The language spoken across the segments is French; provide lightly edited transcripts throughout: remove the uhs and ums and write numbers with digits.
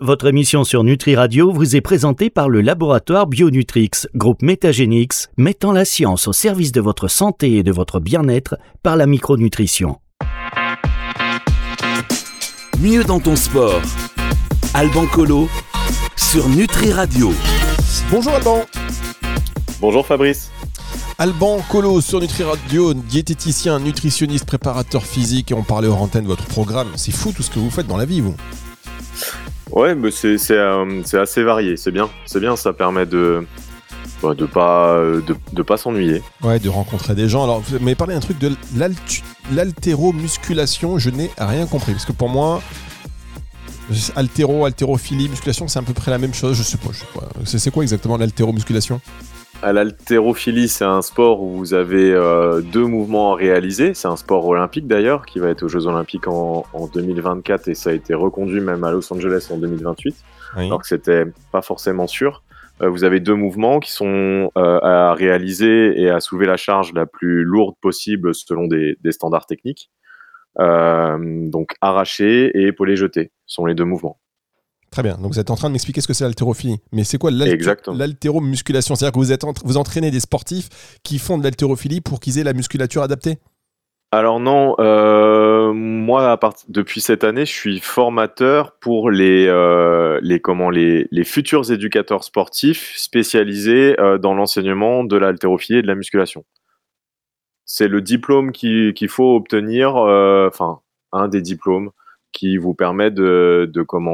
Votre émission sur Nutri Radio vous est présentée par le laboratoire Bionutrix, groupe Métagénix, mettant la science au service de votre santé et de votre bien-être par la micronutrition. Mieux dans ton sport. Alban Colo sur Nutri Radio. Bonjour Alban. Bonjour Fabrice. Alban Colo sur Nutri Radio, diététicien, nutritionniste, préparateur physique, et on parlait hors antenne de votre programme. C'est fou tout ce que vous faites dans la vie, vous. Ouais, mais c'est assez varié, c'est bien, ça permet de pas s'ennuyer. Ouais, de rencontrer des gens. Alors, vous m'avez parlé d'un truc de l'haltéromusculation, je n'ai rien compris, parce que pour moi, haltérophilie, musculation, c'est à peu près la même chose, je sais pas. C'est quoi exactement l'haltéromusculation ? L'haltérophilie, c'est un sport où vous avez deux mouvements à réaliser. C'est un sport olympique d'ailleurs, qui va être aux Jeux Olympiques en 2024 et ça a été reconduit même à Los Angeles en 2028, oui. Alors que c'était pas forcément sûr. Vous avez deux mouvements qui sont à réaliser et à soulever la charge la plus lourde possible selon des standards techniques. Donc arracher et épauler jeter sont les deux mouvements. Très bien, donc vous êtes en train de m'expliquer ce que c'est l'haltérophilie. Mais c'est quoi l'haltéromusculation ? C'est-à-dire que vous entraînez des sportifs qui font de l'haltérophilie pour qu'ils aient la musculature adaptée ? Alors non, moi depuis cette année, je suis formateur pour les futurs éducateurs sportifs spécialisés dans l'enseignement de l'haltérophilie et de la musculation. C'est le diplôme qu'il faut obtenir, un des diplômes qui vous permet de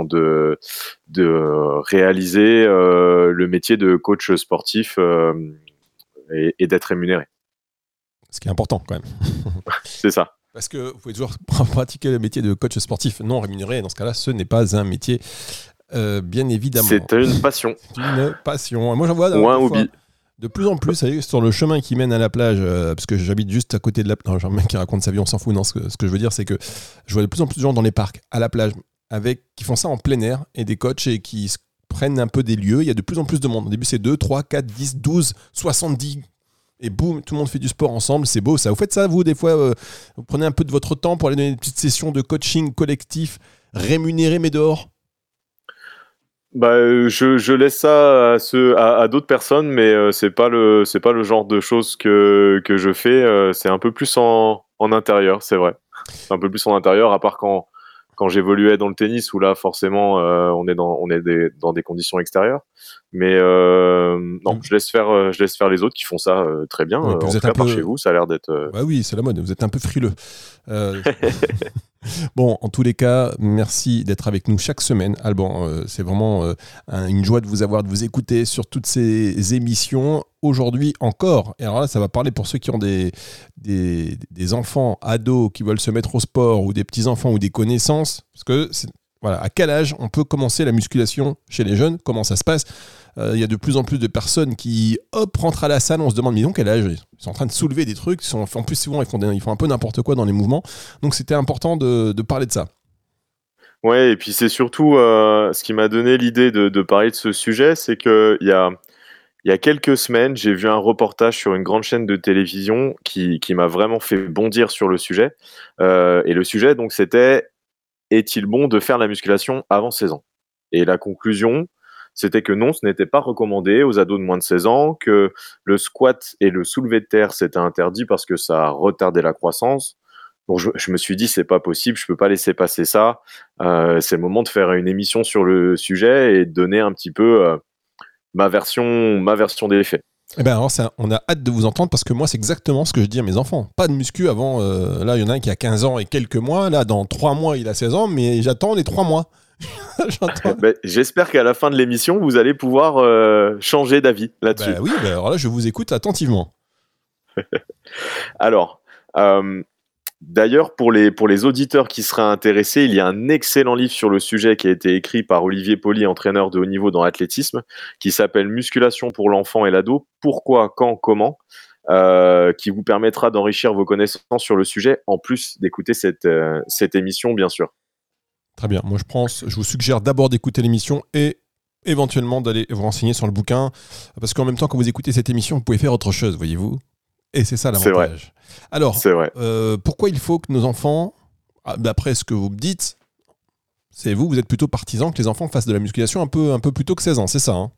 réaliser le métier de coach sportif et d'être rémunéré. Ce qui est important quand même. C'est ça. Parce que vous pouvez toujours pratiquer le métier de coach sportif non rémunéré. Dans ce cas-là, ce n'est pas un métier, bien évidemment. C'est une passion. C'est une passion. Moi, j'en vois ou un hobby. De plus en plus, sur le chemin qui mène à la plage, parce que j'habite juste à côté de la plage. Non, j'ai un mec qui raconte sa vie, on s'en fout. Non, ce que je veux dire, c'est que je vois de plus en plus de gens dans les parcs, à la plage, qui font ça en plein air, et des coachs et qui prennent un peu des lieux. Il y a de plus en plus de monde. Au début, c'est 2, 3, 4, 10, 12, 70. Et boum, tout le monde fait du sport ensemble. C'est beau, ça. Vous faites ça, vous, des fois, vous prenez un peu de votre temps pour aller donner des petites sessions de coaching collectif, rémunéré, mais dehors ? Je laisse ça à d'autres personnes, mais c'est pas le genre de choses que je fais. C'est un peu plus en intérieur, c'est vrai. C'est un peu plus en intérieur, à part quand j'évoluais dans le tennis, où là forcément on est dans des conditions extérieures. Mais non, je laisse faire les autres qui font ça très bien. Ouais, en tout cas, par chez vous, ça a l'air d'être. Bah oui, c'est la mode. Vous êtes un peu frileux. Bon, en tous les cas, merci d'être avec nous chaque semaine. Alban, c'est vraiment une joie de vous avoir, de vous écouter sur toutes ces émissions. Aujourd'hui encore, et alors là, ça va parler pour ceux qui ont des enfants, ados, qui veulent se mettre au sport, ou des petits-enfants, ou des connaissances. Parce que, voilà, à quel âge on peut commencer la musculation chez les jeunes ? Comment ça se passe ? Il y a de plus en plus de personnes qui, rentrent à la salle, on se demande, mais donc quel âge ? Ils sont en train de soulever des trucs, en plus souvent ils font un peu n'importe quoi dans les mouvements, donc c'était important de parler de ça. Ouais, et puis c'est surtout ce qui m'a donné l'idée de parler de ce sujet, c'est que il y a quelques semaines, j'ai vu un reportage sur une grande chaîne de télévision qui m'a vraiment fait bondir sur le sujet, et le sujet donc c'était « Est-il bon de faire la musculation avant 16 ans ?» Et la conclusion, c'était que non, ce n'était pas recommandé aux ados de moins de 16 ans, que le squat et le soulevé de terre, c'était interdit parce que ça retardait la croissance. Donc je me suis dit, c'est pas possible, je peux pas laisser passer ça. C'est le moment de faire une émission sur le sujet et de donner un petit peu ma version des faits. Eh ben alors on a hâte de vous entendre, parce que moi c'est exactement ce que je dis à mes enfants. Pas de muscu avant, là il y en a un qui a 15 ans et quelques mois, là dans 3 mois il a 16 ans, mais j'attends les 3 mois. J'espère qu'à la fin de l'émission vous allez pouvoir changer d'avis là-dessus. Oui, alors là je vous écoute attentivement. Alors, d'ailleurs pour les auditeurs qui seraient intéressés, il y a un excellent livre sur le sujet qui a été écrit par Olivier Poli, entraîneur de haut niveau dans l'athlétisme, qui s'appelle « Musculation pour l'enfant et l'ado, pourquoi, quand, comment ?» qui vous permettra d'enrichir vos connaissances sur le sujet, en plus d'écouter cette émission, bien sûr. Très bien. Moi, je vous suggère d'abord d'écouter l'émission et éventuellement d'aller vous renseigner sur le bouquin, parce qu'en même temps, quand vous écoutez cette émission, vous pouvez faire autre chose, voyez-vous. Et c'est ça l'avantage. Alors, c'est vrai. Pourquoi il faut que nos enfants, d'après ce que vous me dites, Vous êtes plutôt partisan que les enfants fassent de la musculation un peu plus tôt que 16 ans, c'est ça, hein?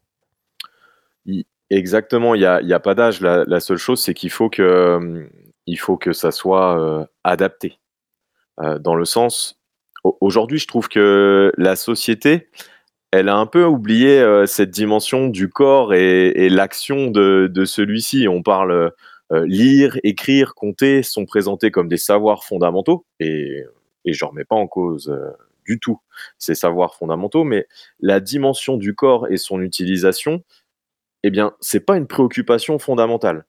Exactement, il y a pas d'âge. La seule chose, c'est qu'il faut que ça soit adapté. Dans le sens, aujourd'hui, je trouve que la société, elle a un peu oublié cette dimension du corps et l'action de celui-ci. On parle lire, écrire, compter sont présentés comme des savoirs fondamentaux et je remets pas en cause du tout ces savoirs fondamentaux, mais la dimension du corps et son utilisation, eh bien, c'est pas une préoccupation fondamentale,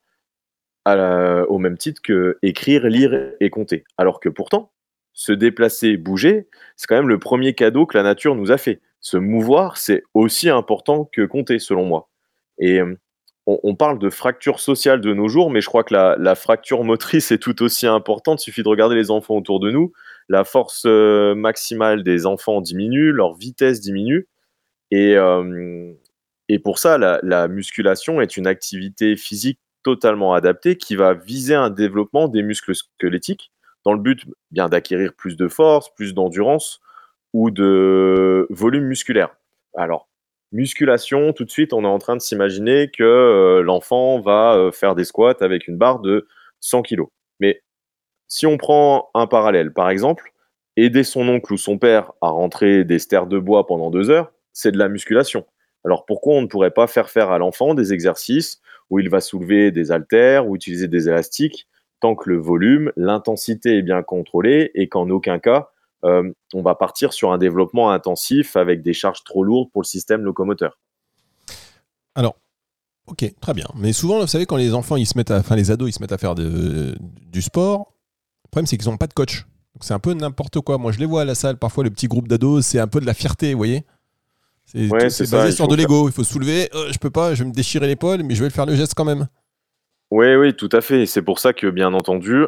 au même titre que écrire, lire et compter. Alors que pourtant, se déplacer, bouger, c'est quand même le premier cadeau que la nature nous a fait. Se mouvoir, c'est aussi important que compter, selon moi. Et on parle de fracture sociale de nos jours, mais je crois que la fracture motrice est tout aussi importante. Il suffit de regarder les enfants autour de nous. La force maximale des enfants diminue, leur vitesse diminue. Et, et pour ça, la musculation est une activité physique totalement adaptée qui va viser un développement des muscles squelettiques dans le but bien d'acquérir plus de force, plus d'endurance ou de volume musculaire. Alors, musculation, tout de suite, on est en train de s'imaginer que l'enfant va faire des squats avec une barre de 100 kilos. Mais si on prend un parallèle, par exemple, aider son oncle ou son père à rentrer des stères de bois pendant 2 heures, c'est de la musculation. Alors pourquoi on ne pourrait pas faire à l'enfant des exercices où il va soulever des haltères ou utiliser des élastiques tant que le volume, l'intensité est bien contrôlée et qu'en aucun cas on va partir sur un développement intensif avec des charges trop lourdes pour le système locomoteur. Alors, ok, très bien. Mais souvent, vous savez, quand les enfants, les ados, ils se mettent à faire du sport, le problème, c'est qu'ils n'ont pas de coach. Donc, c'est un peu n'importe quoi. Moi, je les vois à la salle, parfois, le petit groupe d'ados, c'est un peu de la fierté, vous voyez. C'est ça, basé sur de l'ego. Il faut soulever, je peux pas, je vais me déchirer l'épaule, mais je vais le faire le geste quand même. Oui, tout à fait. C'est pour ça que, bien entendu,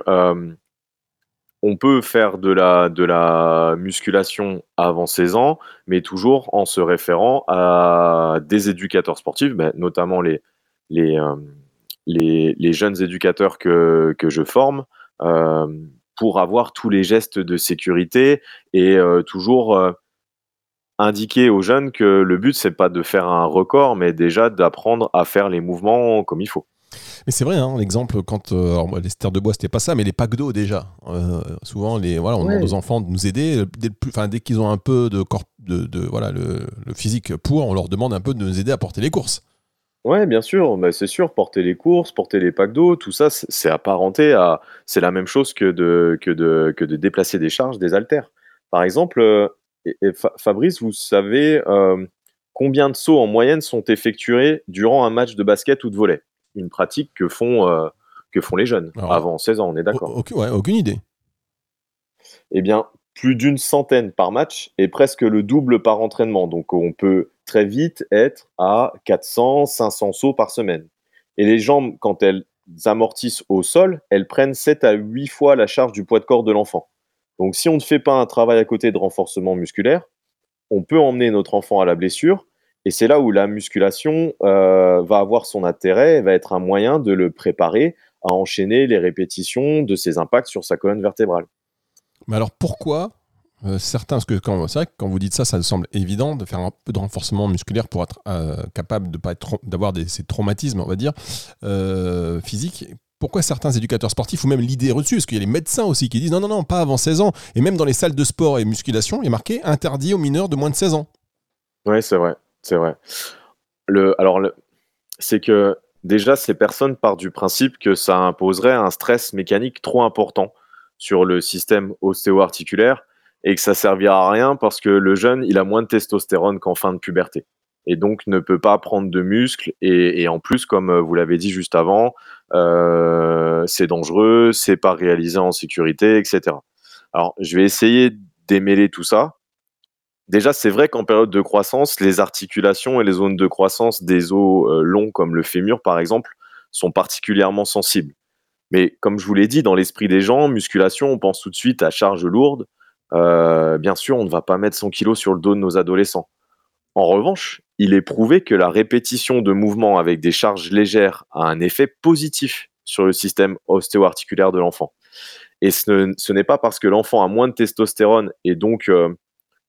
on peut faire de la musculation avant 16 ans, mais toujours en se référant à des éducateurs sportifs, notamment les, euh, les jeunes éducateurs que je forme, euh, pour avoir tous les gestes de sécurité et toujours indiquer aux jeunes que le but, c'est pas de faire un record, mais déjà d'apprendre à faire les mouvements comme il faut. Mais c'est vrai, hein, l'exemple, quand alors moi, les stères de bois, c'était pas ça, mais les packs d'eau déjà. Souvent, on demande aux enfants de nous aider. Dès qu'ils ont un peu de corps, voilà, le physique pour, on leur demande un peu de nous aider à porter les courses. Ouais, bien sûr, c'est sûr, porter les courses, porter les packs d'eau, tout ça, c'est apparenté à, c'est la même chose que de déplacer des charges, des haltères. Par exemple, Fabrice, vous savez combien de sauts en moyenne sont effectués durant un match de basket ou de volley? Une pratique que font les jeunes Alors, avant 16 ans, on est d'accord. Aucune idée. Eh bien, plus d'une centaine par match et presque le double par entraînement. Donc, on peut très vite être à 400, 500 sauts par semaine. Et les jambes, quand elles amortissent au sol, elles prennent 7 à 8 fois la charge du poids de corps de l'enfant. Donc, si on ne fait pas un travail à côté de renforcement musculaire, on peut emmener notre enfant à la blessure. Et c'est là où la musculation va avoir son intérêt et va être un moyen de le préparer à enchaîner les répétitions de ses impacts sur sa colonne vertébrale. Mais alors pourquoi certains, parce que c'est vrai que quand vous dites ça, ça semble évident de faire un peu de renforcement musculaire pour être capable de pas d'avoir ces traumatismes, on va dire, physiques. Pourquoi certains éducateurs sportifs ou même l'idée reçue, parce qu'il y a les médecins aussi qui disent non, pas avant 16 ans, et même dans les salles de sport et musculation, il est marqué interdit aux mineurs de moins de 16 ans. Oui, c'est vrai. C'est que déjà, ces personnes partent du principe que ça imposerait un stress mécanique trop important sur le système ostéo-articulaire et que ça servira à rien parce que le jeune, il a moins de testostérone qu'en fin de puberté et donc ne peut pas prendre de muscles et en plus, comme vous l'avez dit juste avant, c'est dangereux, c'est pas réalisé en sécurité, etc. Alors, je vais essayer de démêler tout ça. Déjà, c'est vrai qu'en période de croissance, les articulations et les zones de croissance des os longs comme le fémur, par exemple, sont particulièrement sensibles. Mais comme je vous l'ai dit, dans l'esprit des gens, musculation, on pense tout de suite à charge lourde. Bien sûr, on ne va pas mettre 100 kilos sur le dos de nos adolescents. En revanche, il est prouvé que la répétition de mouvements avec des charges légères a un effet positif sur le système ostéo-articulaire de l'enfant. Et ce n'est pas parce que l'enfant a moins de testostérone et donc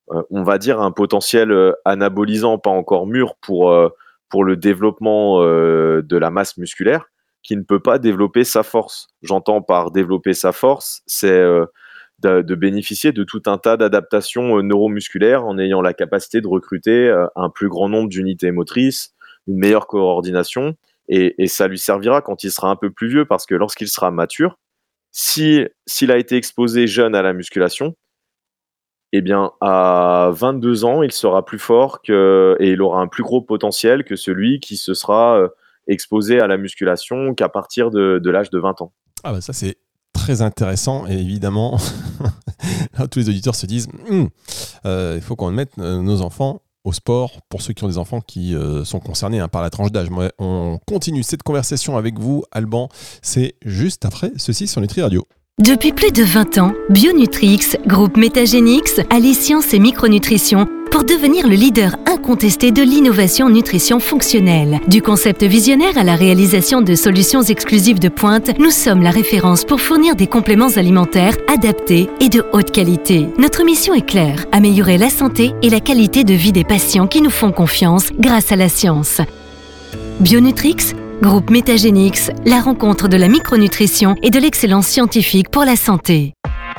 on va dire, un potentiel anabolisant, pas encore mûr pour le développement de la masse musculaire, qui ne peut pas développer sa force. J'entends par développer sa force, c'est de bénéficier de tout un tas d'adaptations neuromusculaires en ayant la capacité de recruter un plus grand nombre d'unités motrices, une meilleure coordination, et ça lui servira quand il sera un peu plus vieux, parce que lorsqu'il sera mature, s'il a été exposé jeune à la musculation, eh bien, à 22 ans, il sera plus fort et il aura un plus gros potentiel que celui qui se sera exposé à la musculation qu'à partir de l'âge de 20 ans. Ah bah ça c'est très intéressant, et évidemment là, tous les auditeurs se disent il faut qu'on mette nos enfants au sport, pour ceux qui ont des enfants qui sont concernés par la tranche d'âge. On continue cette conversation avec vous, Alban, c'est juste après ceci sur Nutri Radio. Depuis plus de 20 ans, Bionutrix, groupe Métagénix, allie science et micronutrition pour devenir le leader incontesté de l'innovation nutrition fonctionnelle. Du concept visionnaire à la réalisation de solutions exclusives de pointe, nous sommes la référence pour fournir des compléments alimentaires adaptés et de haute qualité. Notre mission est claire, améliorer la santé et la qualité de vie des patients qui nous font confiance grâce à la science. Bionutrix, groupe Métagénix, la rencontre de la micronutrition et de l'excellence scientifique pour la santé.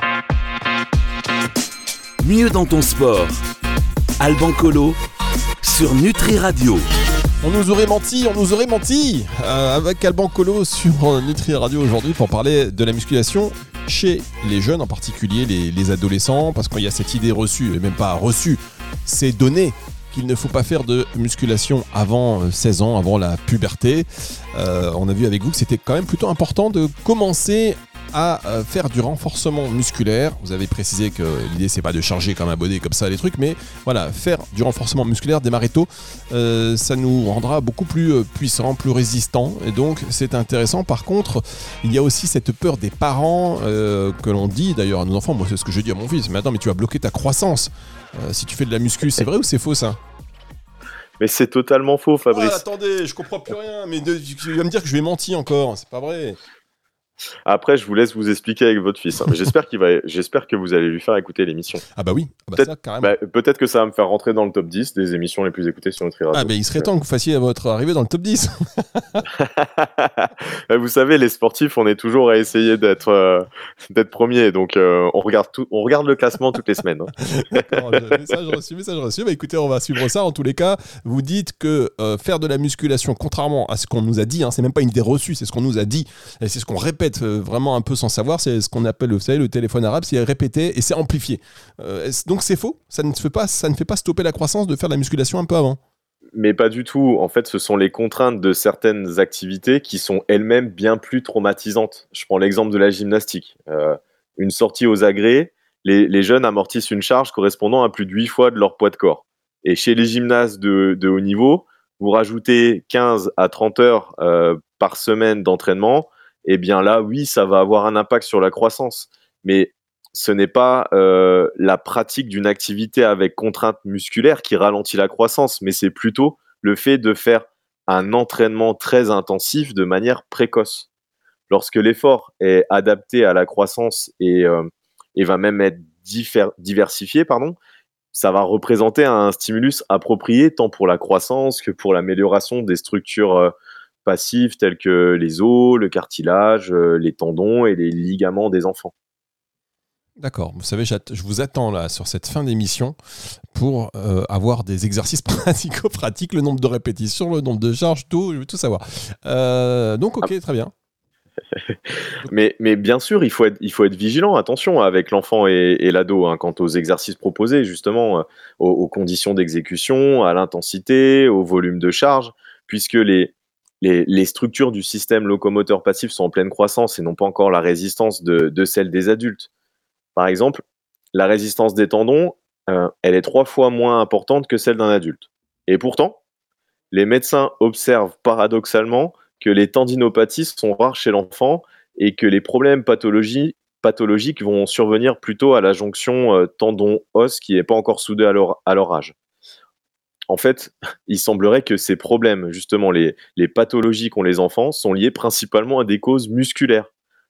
Mieux dans ton sport. Alban Colo sur Nutri Radio. On nous aurait menti avec Alban Colo sur Nutri Radio aujourd'hui pour parler de la musculation chez les jeunes, en particulier les adolescents, parce qu'il y a cette idée reçue, et même pas reçue, c'est donné, qu'il ne faut pas faire de musculation avant 16 ans, avant la puberté. On a vu avec vous que c'était quand même plutôt important de commencer à faire du renforcement musculaire. Vous avez précisé que l'idée c'est pas de charger comme un bonnet comme ça les trucs, mais voilà, faire du renforcement musculaire, démarrer tôt, ça nous rendra beaucoup plus puissants, plus résistants, et donc c'est intéressant. Par contre, il y a aussi cette peur des parents que l'on dit d'ailleurs à nos enfants. Moi c'est ce que je dis à mon fils: mais attends, mais tu vas bloquer ta croissance si tu fais de la muscu. C'est vrai ou c'est faux ça? Mais c'est totalement faux, Fabrice. Ah, attendez, je comprends plus rien, mais tu vas me dire que je vais mentir encore, c'est pas vrai. Après, je vous laisse vous expliquer avec votre fils. J'espère que vous allez lui faire écouter l'émission. Ah bah oui, ça carrément. Peut-être que ça va me faire rentrer dans le top 10 des émissions les plus écoutées sur Nutri Radio. Ah bah il serait temps que vous fassiez votre arrivée dans le top 10. Vous savez, les sportifs, on est toujours à essayer d'être premier, donc on regarde le classement toutes les semaines. D'accord, message reçu. Bah écoutez, on va suivre ça. En tous les cas, vous dites que faire de la musculation, contrairement à ce qu'on nous a dit, c'est même pas une idée reçue, c'est ce qu'on nous a dit, et c'est ce qu'on répète vraiment un peu sans savoir, c'est ce qu'on appelle, vous savez, le téléphone arabe, c'est répété et c'est amplifié. Donc c'est faux, ça ne fait pas stopper la croissance de faire de la musculation un peu avant. Mais pas du tout. En fait, ce sont les contraintes de certaines activités qui sont elles-mêmes bien plus traumatisantes. Je prends l'exemple de la gymnastique. Une sortie aux agrès, les jeunes amortissent une charge correspondant à plus de 8 fois de leur poids de corps. Et chez les gymnastes de haut niveau, vous rajoutez 15 à 30 heures par semaine d'entraînement, eh bien là, oui, ça va avoir un impact sur la croissance. Mais ce n'est pas la pratique d'une activité avec contrainte musculaire qui ralentit la croissance, mais c'est plutôt le fait de faire un entraînement très intensif de manière précoce. Lorsque l'effort est adapté à la croissance et va même être diversifié, ça va représenter un stimulus approprié tant pour la croissance que pour l'amélioration des structures passives telles que les os, le cartilage, les tendons et les ligaments des enfants. D'accord, vous savez, je vous attends là sur cette fin d'émission pour avoir des exercices pratico-pratiques, le nombre de répétitions, le nombre de charges, tout, je veux tout savoir. Donc ok, très bien. Mais bien sûr, il faut être vigilant, attention, avec l'enfant et l'ado, quant aux exercices proposés, justement, aux conditions d'exécution, à l'intensité, au volume de charge, puisque les structures du système locomoteur passif sont en pleine croissance et n'ont pas encore la résistance de celle des adultes. Par exemple, la résistance des tendons, elle est 3 fois moins importante que celle d'un adulte. Et pourtant, les médecins observent paradoxalement que les tendinopathies sont rares chez l'enfant et que les problèmes pathologiques vont survenir plutôt à la jonction tendon-os qui n'est pas encore soudée à leur âge. En fait, il semblerait que ces problèmes, justement les pathologies qu'ont les enfants, sont liés principalement à des causes musculaires.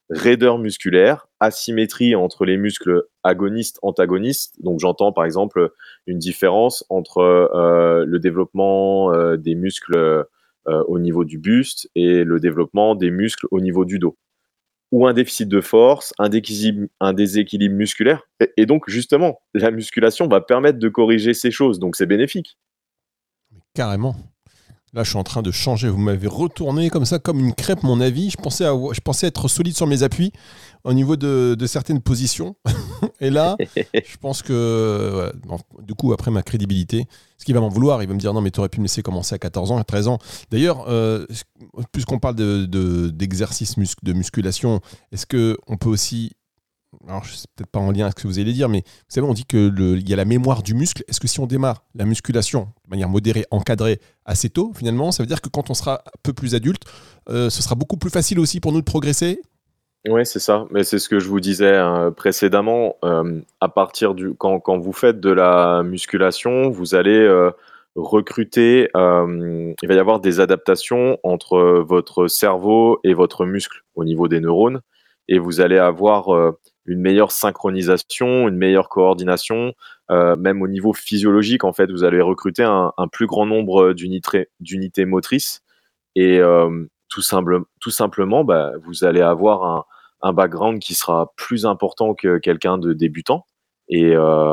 raideur musculaire, asymétrie entre les muscles agonistes, antagonistes. Donc j'entends par exemple une différence entre le développement des muscles au niveau du buste et le développement des muscles au niveau du dos. Ou un déficit de force, un déséquilibre musculaire. Et donc justement, la musculation va permettre de corriger ces choses, donc c'est bénéfique. Carrément. Là, je suis en train de changer. Vous m'avez retourné comme ça, comme une crêpe, mon avis. Je pensais être solide sur mes appuis au niveau de certaines positions. Et là, je pense que, voilà, bon, du coup, après ma crédibilité, ce qu'il va m'en vouloir, il va me dire non, mais tu aurais pu me laisser commencer à 14 ans, à 13 ans. D'ailleurs, puisqu'on parle d'exercice de musculation, est-ce qu'on peut aussi. Alors, c'est peut-être pas en lien avec ce que vous allez dire, mais vous savez, on dit qu'il y a la mémoire du muscle. Est-ce que si on démarre la musculation de manière modérée, encadrée assez tôt, finalement, ça veut dire que quand on sera un peu plus adulte, ce sera beaucoup plus facile aussi pour nous de progresser? Oui, c'est ça. Mais c'est ce que je vous disais précédemment. À partir quand vous faites de la musculation, vous allez recruter. Il va y avoir des adaptations entre votre cerveau et votre muscle au niveau des neurones, et vous allez avoir une meilleure synchronisation, une meilleure coordination, même au niveau physiologique. En fait, vous allez recruter un plus grand nombre d'unités motrices, et tout simplement, bah, vous allez avoir un background qui sera plus important que quelqu'un de débutant. Et,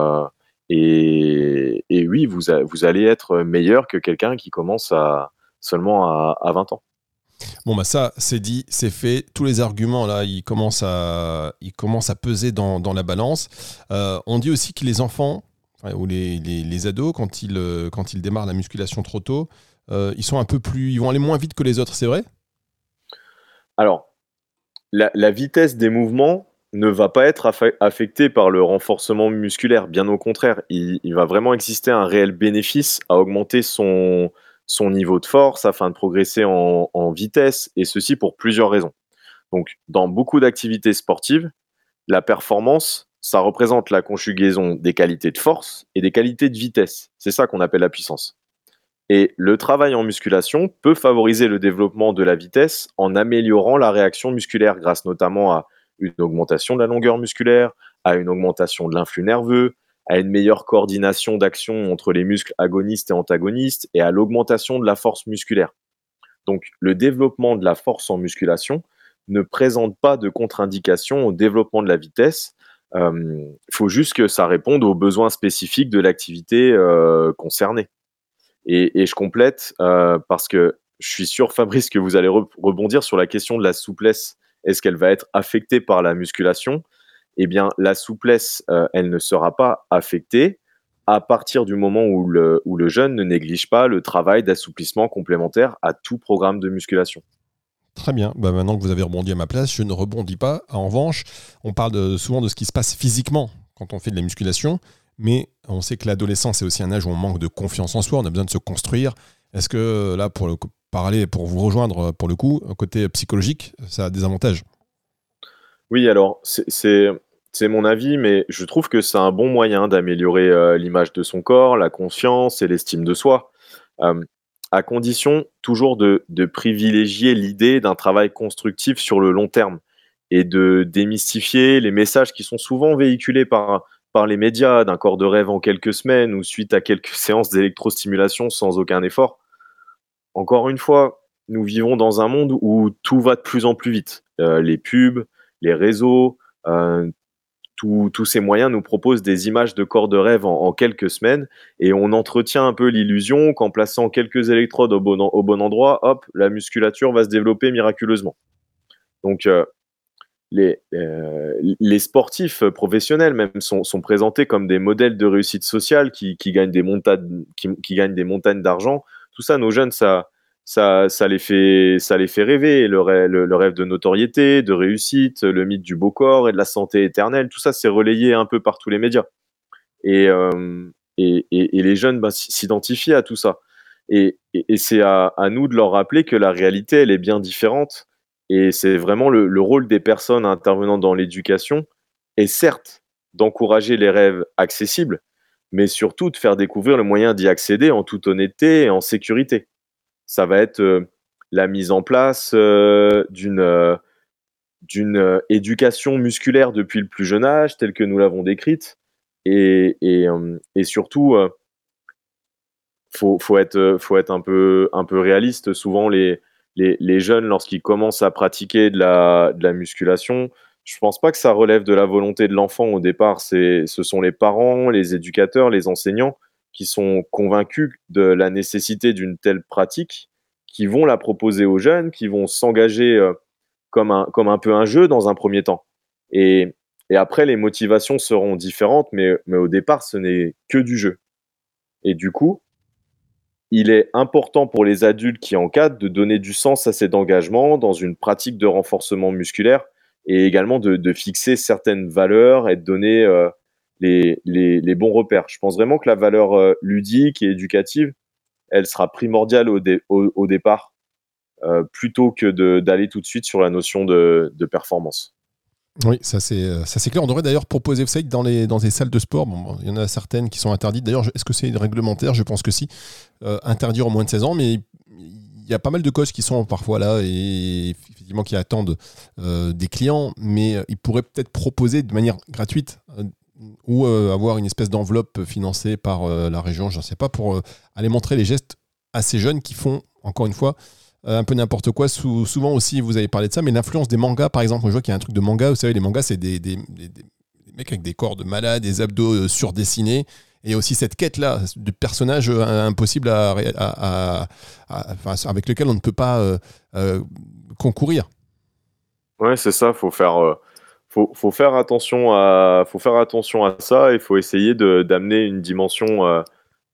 et oui, vous allez être meilleur que quelqu'un qui commence seulement à 20 ans. Bon, bah ça, c'est dit, c'est fait. Tous les arguments, là, ils commencent à peser dans la balance. On dit aussi que les enfants, enfin, ou les ados, quand ils démarrent la musculation trop tôt, ils vont aller moins vite que les autres, c'est vrai? Alors, la vitesse des mouvements ne va pas être affectée par le renforcement musculaire. Bien au contraire, il va vraiment exister un réel bénéfice à augmenter son niveau de force afin de progresser en vitesse, et ceci pour plusieurs raisons. Donc, dans beaucoup d'activités sportives, la performance, ça représente la conjugaison des qualités de force et des qualités de vitesse. C'est ça qu'on appelle la puissance. Et le travail en musculation peut favoriser le développement de la vitesse en améliorant la réaction musculaire grâce notamment à une augmentation de la longueur musculaire, à une augmentation de l'influx nerveux, à une meilleure coordination d'action entre les muscles agonistes et antagonistes, et à l'augmentation de la force musculaire. Donc le développement de la force en musculation ne présente pas de contre-indication au développement de la vitesse. Il faut juste que ça réponde aux besoins spécifiques de l'activité concernée. Et je complète parce que je suis sûr, Fabrice, que vous allez rebondir sur la question de la souplesse. Est-ce qu'elle va être affectée par la musculation? Eh bien, la souplesse, elle ne sera pas affectée à partir du moment où le jeune ne néglige pas le travail d'assouplissement complémentaire à tout programme de musculation. Très bien. Bah, maintenant que vous avez rebondi à ma place, je ne rebondis pas. En revanche, on parle souvent de ce qui se passe physiquement quand on fait de la musculation, mais on sait que l'adolescence est aussi un âge où on manque de confiance en soi, on a besoin de se construire. Est-ce que là, pour vous rejoindre pour le coup, côté psychologique, ça a des avantages? Oui, alors c'est mon avis, mais je trouve que c'est un bon moyen d'améliorer l'image de son corps, la confiance et l'estime de soi, euh, à condition toujours de privilégier l'idée d'un travail constructif sur le long terme, et de démystifier les messages qui sont souvent véhiculés par les médias d'un corps de rêve en quelques semaines ou suite à quelques séances d'électrostimulation sans aucun effort. Encore une fois, nous vivons dans un monde où tout va de plus en plus vite. Les pubs, les réseaux, tous ces moyens nous proposent des images de corps de rêve en quelques semaines, et on entretient un peu l'illusion qu'en plaçant quelques électrodes au bon endroit, hop, la musculature va se développer miraculeusement. Donc, les sportifs professionnels même sont présentés comme des modèles de réussite sociale qui gagnent des montagnes d'argent. Tout ça, nos jeunes, ça les fait rêver. Le rêve de notoriété, de réussite, le mythe du beau corps et de la santé éternelle, tout ça, c'est relayé un peu par tous les médias. Et les jeunes s'identifient à tout ça. Et c'est à nous de leur rappeler que la réalité, elle est bien différente. Et c'est vraiment le rôle des personnes intervenant dans l'éducation, est certes d'encourager les rêves accessibles, mais surtout de faire découvrir le moyen d'y accéder en toute honnêteté et en sécurité. Ça va être la mise en place d'une éducation musculaire depuis le plus jeune âge, telle que nous l'avons décrite. Et surtout, faut être un peu réaliste. Souvent, les jeunes, lorsqu'ils commencent à pratiquer de la musculation, je pense pas que ça relève de la volonté de l'enfant au départ. Ce sont les parents, les éducateurs, les enseignants qui sont convaincus de la nécessité d'une telle pratique, qui vont la proposer aux jeunes, qui vont s'engager comme un peu un jeu dans un premier temps. Et après, les motivations seront différentes, mais au départ, ce n'est que du jeu. Et du coup, il est important pour les adultes qui encadrent de donner du sens à cet engagement dans une pratique de renforcement musculaire, et également de fixer certaines valeurs et de donner les bons repères. Je pense vraiment que la valeur ludique et éducative, elle sera primordiale au départ, plutôt que d'aller tout de suite sur la notion de performance. Oui, ça c'est clair. On devrait d'ailleurs proposer, vous savez, que dans les salles de sport, bon, il y en a certaines qui sont interdites. D'ailleurs, est-ce que c'est réglementaire ? Je pense que si. Interdire au moins de 16 ans, mais il y a pas mal de coachs qui sont parfois là et effectivement qui attendent des clients, mais ils pourraient peut-être proposer de manière gratuite ou avoir une espèce d'enveloppe financée par la région, je ne sais pas, pour aller montrer les gestes à ces jeunes qui font, encore une fois, un peu n'importe quoi. Souvent aussi, vous avez parlé de ça, mais l'influence des mangas, par exemple, je vois qu'il y a un truc de manga. Vous savez, les mangas, c'est des mecs avec des corps de malades, des abdos surdessinés. Et il y a aussi cette quête-là de personnages impossibles avec lesquels on ne peut pas concourir. Ouais, c'est ça. Faut faire attention à ça. Il faut essayer d'amener une dimension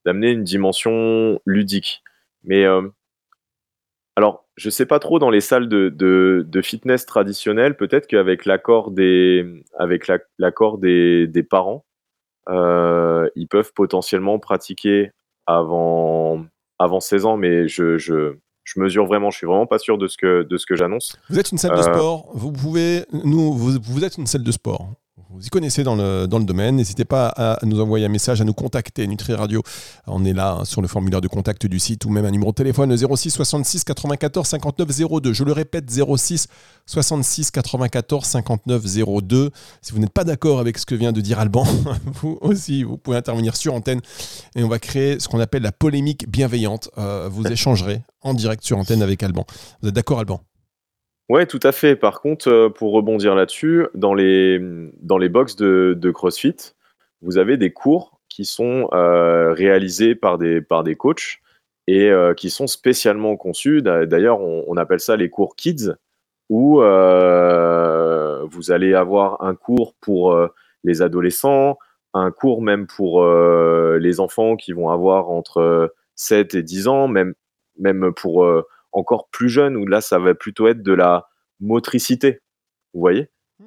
ludique. Mais alors, je sais pas trop dans les salles de fitness traditionnelles, peut-être qu'avec l'accord des parents, ils peuvent potentiellement pratiquer avant 16 ans, mais je mesure vraiment, je suis vraiment pas sûr de ce que j'annonce. Vous êtes une salle de sport, vous êtes une salle de sport. Vous y connaissez dans le domaine, n'hésitez pas à nous envoyer un message, à nous contacter, Nutri Radio. On est là sur le formulaire de contact du site ou même un numéro de téléphone 06 66 94 59 02. Je le répète, 06 66 94 59 02. Si vous n'êtes pas d'accord avec ce que vient de dire Alban, vous aussi, vous pouvez intervenir sur antenne et on va créer ce qu'on appelle la polémique bienveillante. Vous échangerez en direct sur antenne avec Alban. Vous êtes d'accord, Alban ? Ouais, tout à fait. Par contre, pour rebondir là-dessus, dans les box de CrossFit, vous avez des cours qui sont réalisés par des coachs et qui sont spécialement conçus. D'ailleurs, on appelle ça les cours kids, où vous allez avoir un cours pour les adolescents, un cours même pour les enfants qui vont avoir entre 7 et 10 ans, même pour encore plus jeunes, où là, ça va plutôt être de la motricité, vous voyez.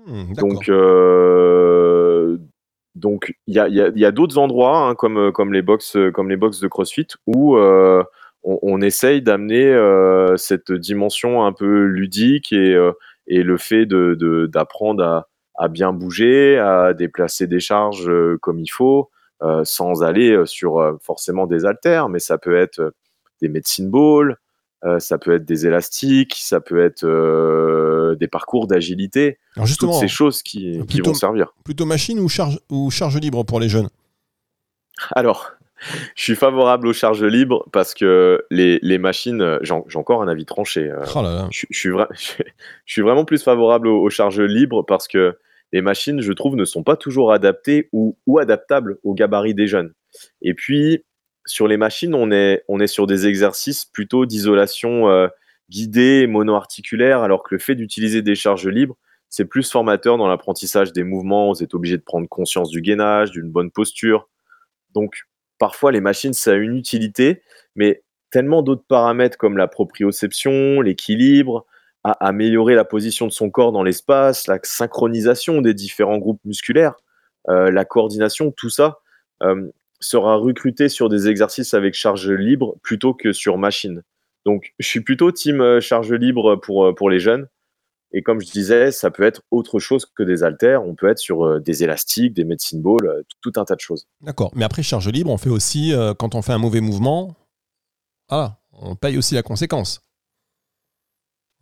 Donc, il y a d'autres endroits, hein, comme les box de CrossFit, où on essaye d'amener cette dimension un peu ludique et le fait d'apprendre à bien bouger, à déplacer des charges comme il faut, sans aller sur forcément des haltères, mais ça peut être des medicine balls, ça peut être des élastiques, ça peut être des parcours d'agilité. Alors justement, toutes ces choses qui vont servir. Plutôt machine ou charge libre pour les jeunes ? Alors, je suis favorable aux charges libres parce que les machines, j'ai encore un avis tranché. Oh là là. Je suis vraiment plus favorable aux charges libres parce que les machines, je trouve, ne sont pas toujours adaptées ou adaptables au gabarit des jeunes. Et puis, sur les machines, on est sur des exercices plutôt d'isolation guidée, mono-articulaire, alors que le fait d'utiliser des charges libres, c'est plus formateur dans l'apprentissage des mouvements. Vous êtes obligé de prendre conscience du gainage, d'une bonne posture. Donc, parfois, les machines, ça a une utilité, mais tellement d'autres paramètres comme la proprioception, l'équilibre, à améliorer la position de son corps dans l'espace, la synchronisation des différents groupes musculaires, la coordination, tout ça sera recruté sur des exercices avec charge libre plutôt que sur machine. Donc, je suis plutôt team charge libre pour les jeunes. Et comme je disais, ça peut être autre chose que des haltères. On peut être sur des élastiques, des medicine balls, tout un tas de choses. D'accord. Mais après, charge libre, on fait aussi, quand on fait un mauvais mouvement, on paye aussi la conséquence.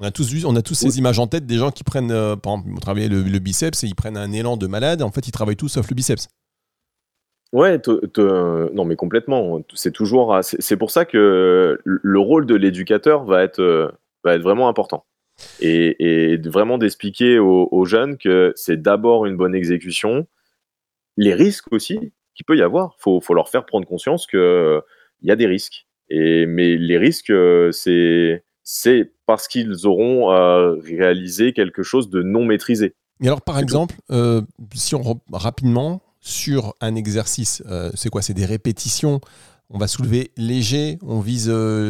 On a tous ces images en tête des gens qui prennent, par exemple, ils vont travailler le biceps et ils prennent un élan de malade. En fait, ils travaillent tout sauf le biceps. Ouais, non, mais complètement. C'est toujours, c'est pour ça que le rôle de l'éducateur va être vraiment important. Et vraiment d'expliquer aux jeunes que c'est d'abord une bonne exécution, les risques aussi qu'il peut y avoir. Faut leur faire prendre conscience qu'il y a des risques. Mais les risques, c'est parce qu'ils auront réalisé quelque chose de non maîtrisé. Et alors, par exemple, si on rapidement sur un exercice, c'est quoi? C'est des répétitions. On va soulever léger. On vise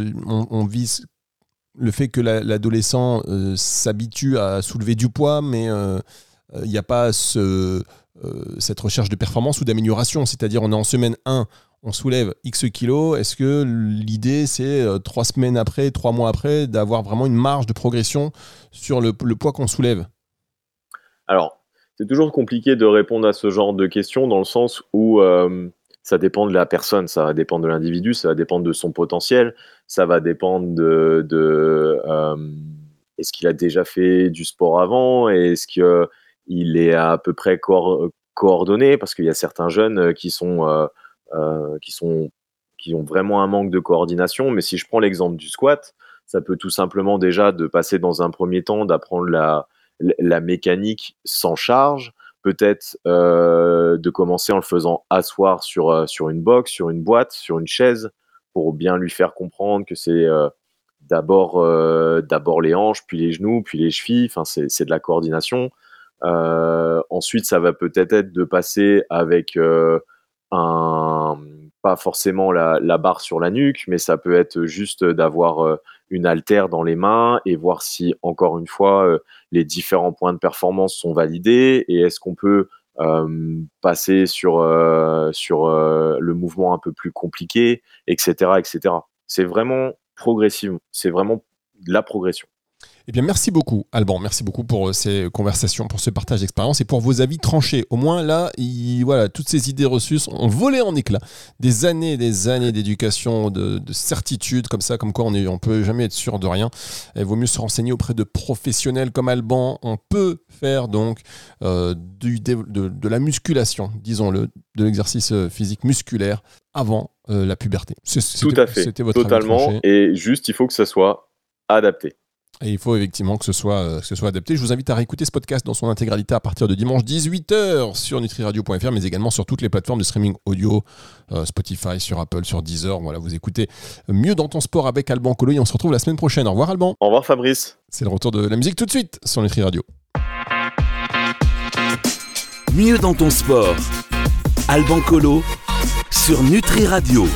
le fait que l'adolescent s'habitue à soulever du poids, mais il n'y a pas cette recherche de performance ou d'amélioration. C'est-à-dire, on est en semaine 1, on soulève X kilos. Est-ce que l'idée, c'est 3 semaines après, 3 mois après, d'avoir vraiment une marge de progression sur le poids qu'on soulève? Alors, c'est toujours compliqué de répondre à ce genre de questions dans le sens où ça dépend de la personne, ça va dépendre de l'individu, ça va dépendre de son potentiel, ça va dépendre est-ce qu'il a déjà fait du sport avant, est-ce qu'il est à peu près coordonné, parce qu'il y a certains jeunes qui ont vraiment un manque de coordination. Mais si je prends l'exemple du squat, ça peut tout simplement déjà de passer dans un premier temps d'apprendre la mécanique sans charge, peut-être de commencer en le faisant asseoir sur une box, sur une boîte, sur une chaise, pour bien lui faire comprendre que c'est d'abord les hanches, puis les genoux, puis les chevilles. Enfin, c'est de la coordination. Ensuite, ça va peut-être être de passer avec pas forcément la barre sur la nuque, mais ça peut être juste d'avoir une haltère dans les mains et voir si, encore une fois, les différents points de performance sont validés, et est-ce qu'on peut passer sur le mouvement un peu plus compliqué, etc., etc. C'est vraiment progressif, c'est vraiment de la progression. Eh bien, merci beaucoup, Alban. Merci beaucoup pour ces conversations, pour ce partage d'expérience et pour vos avis tranchés. Au moins, là, voilà, toutes ces idées reçues ont volé en éclats. Des années d'éducation, de certitude, comme ça, comme quoi on ne peut jamais être sûr de rien. Il vaut mieux se renseigner auprès de professionnels comme Alban. On peut faire donc de la musculation, disons-le, de l'exercice physique musculaire avant la puberté. Tout à fait, c'était votre totalement. Et juste, il faut que ça soit adapté. Et il faut effectivement que ce soit adapté. Je vous invite à réécouter ce podcast dans son intégralité à partir de dimanche 18h sur nutriradio.fr, mais également sur toutes les plateformes de streaming audio, Spotify, sur Apple, sur Deezer. Voilà, vous écoutez Mieux dans ton sport avec Alban Colo et on se retrouve la semaine prochaine. Au revoir Alban. Au revoir Fabrice. C'est le retour de la musique tout de suite sur Nutri Radio. Mieux dans ton sport. Alban Colo sur Nutri Radio.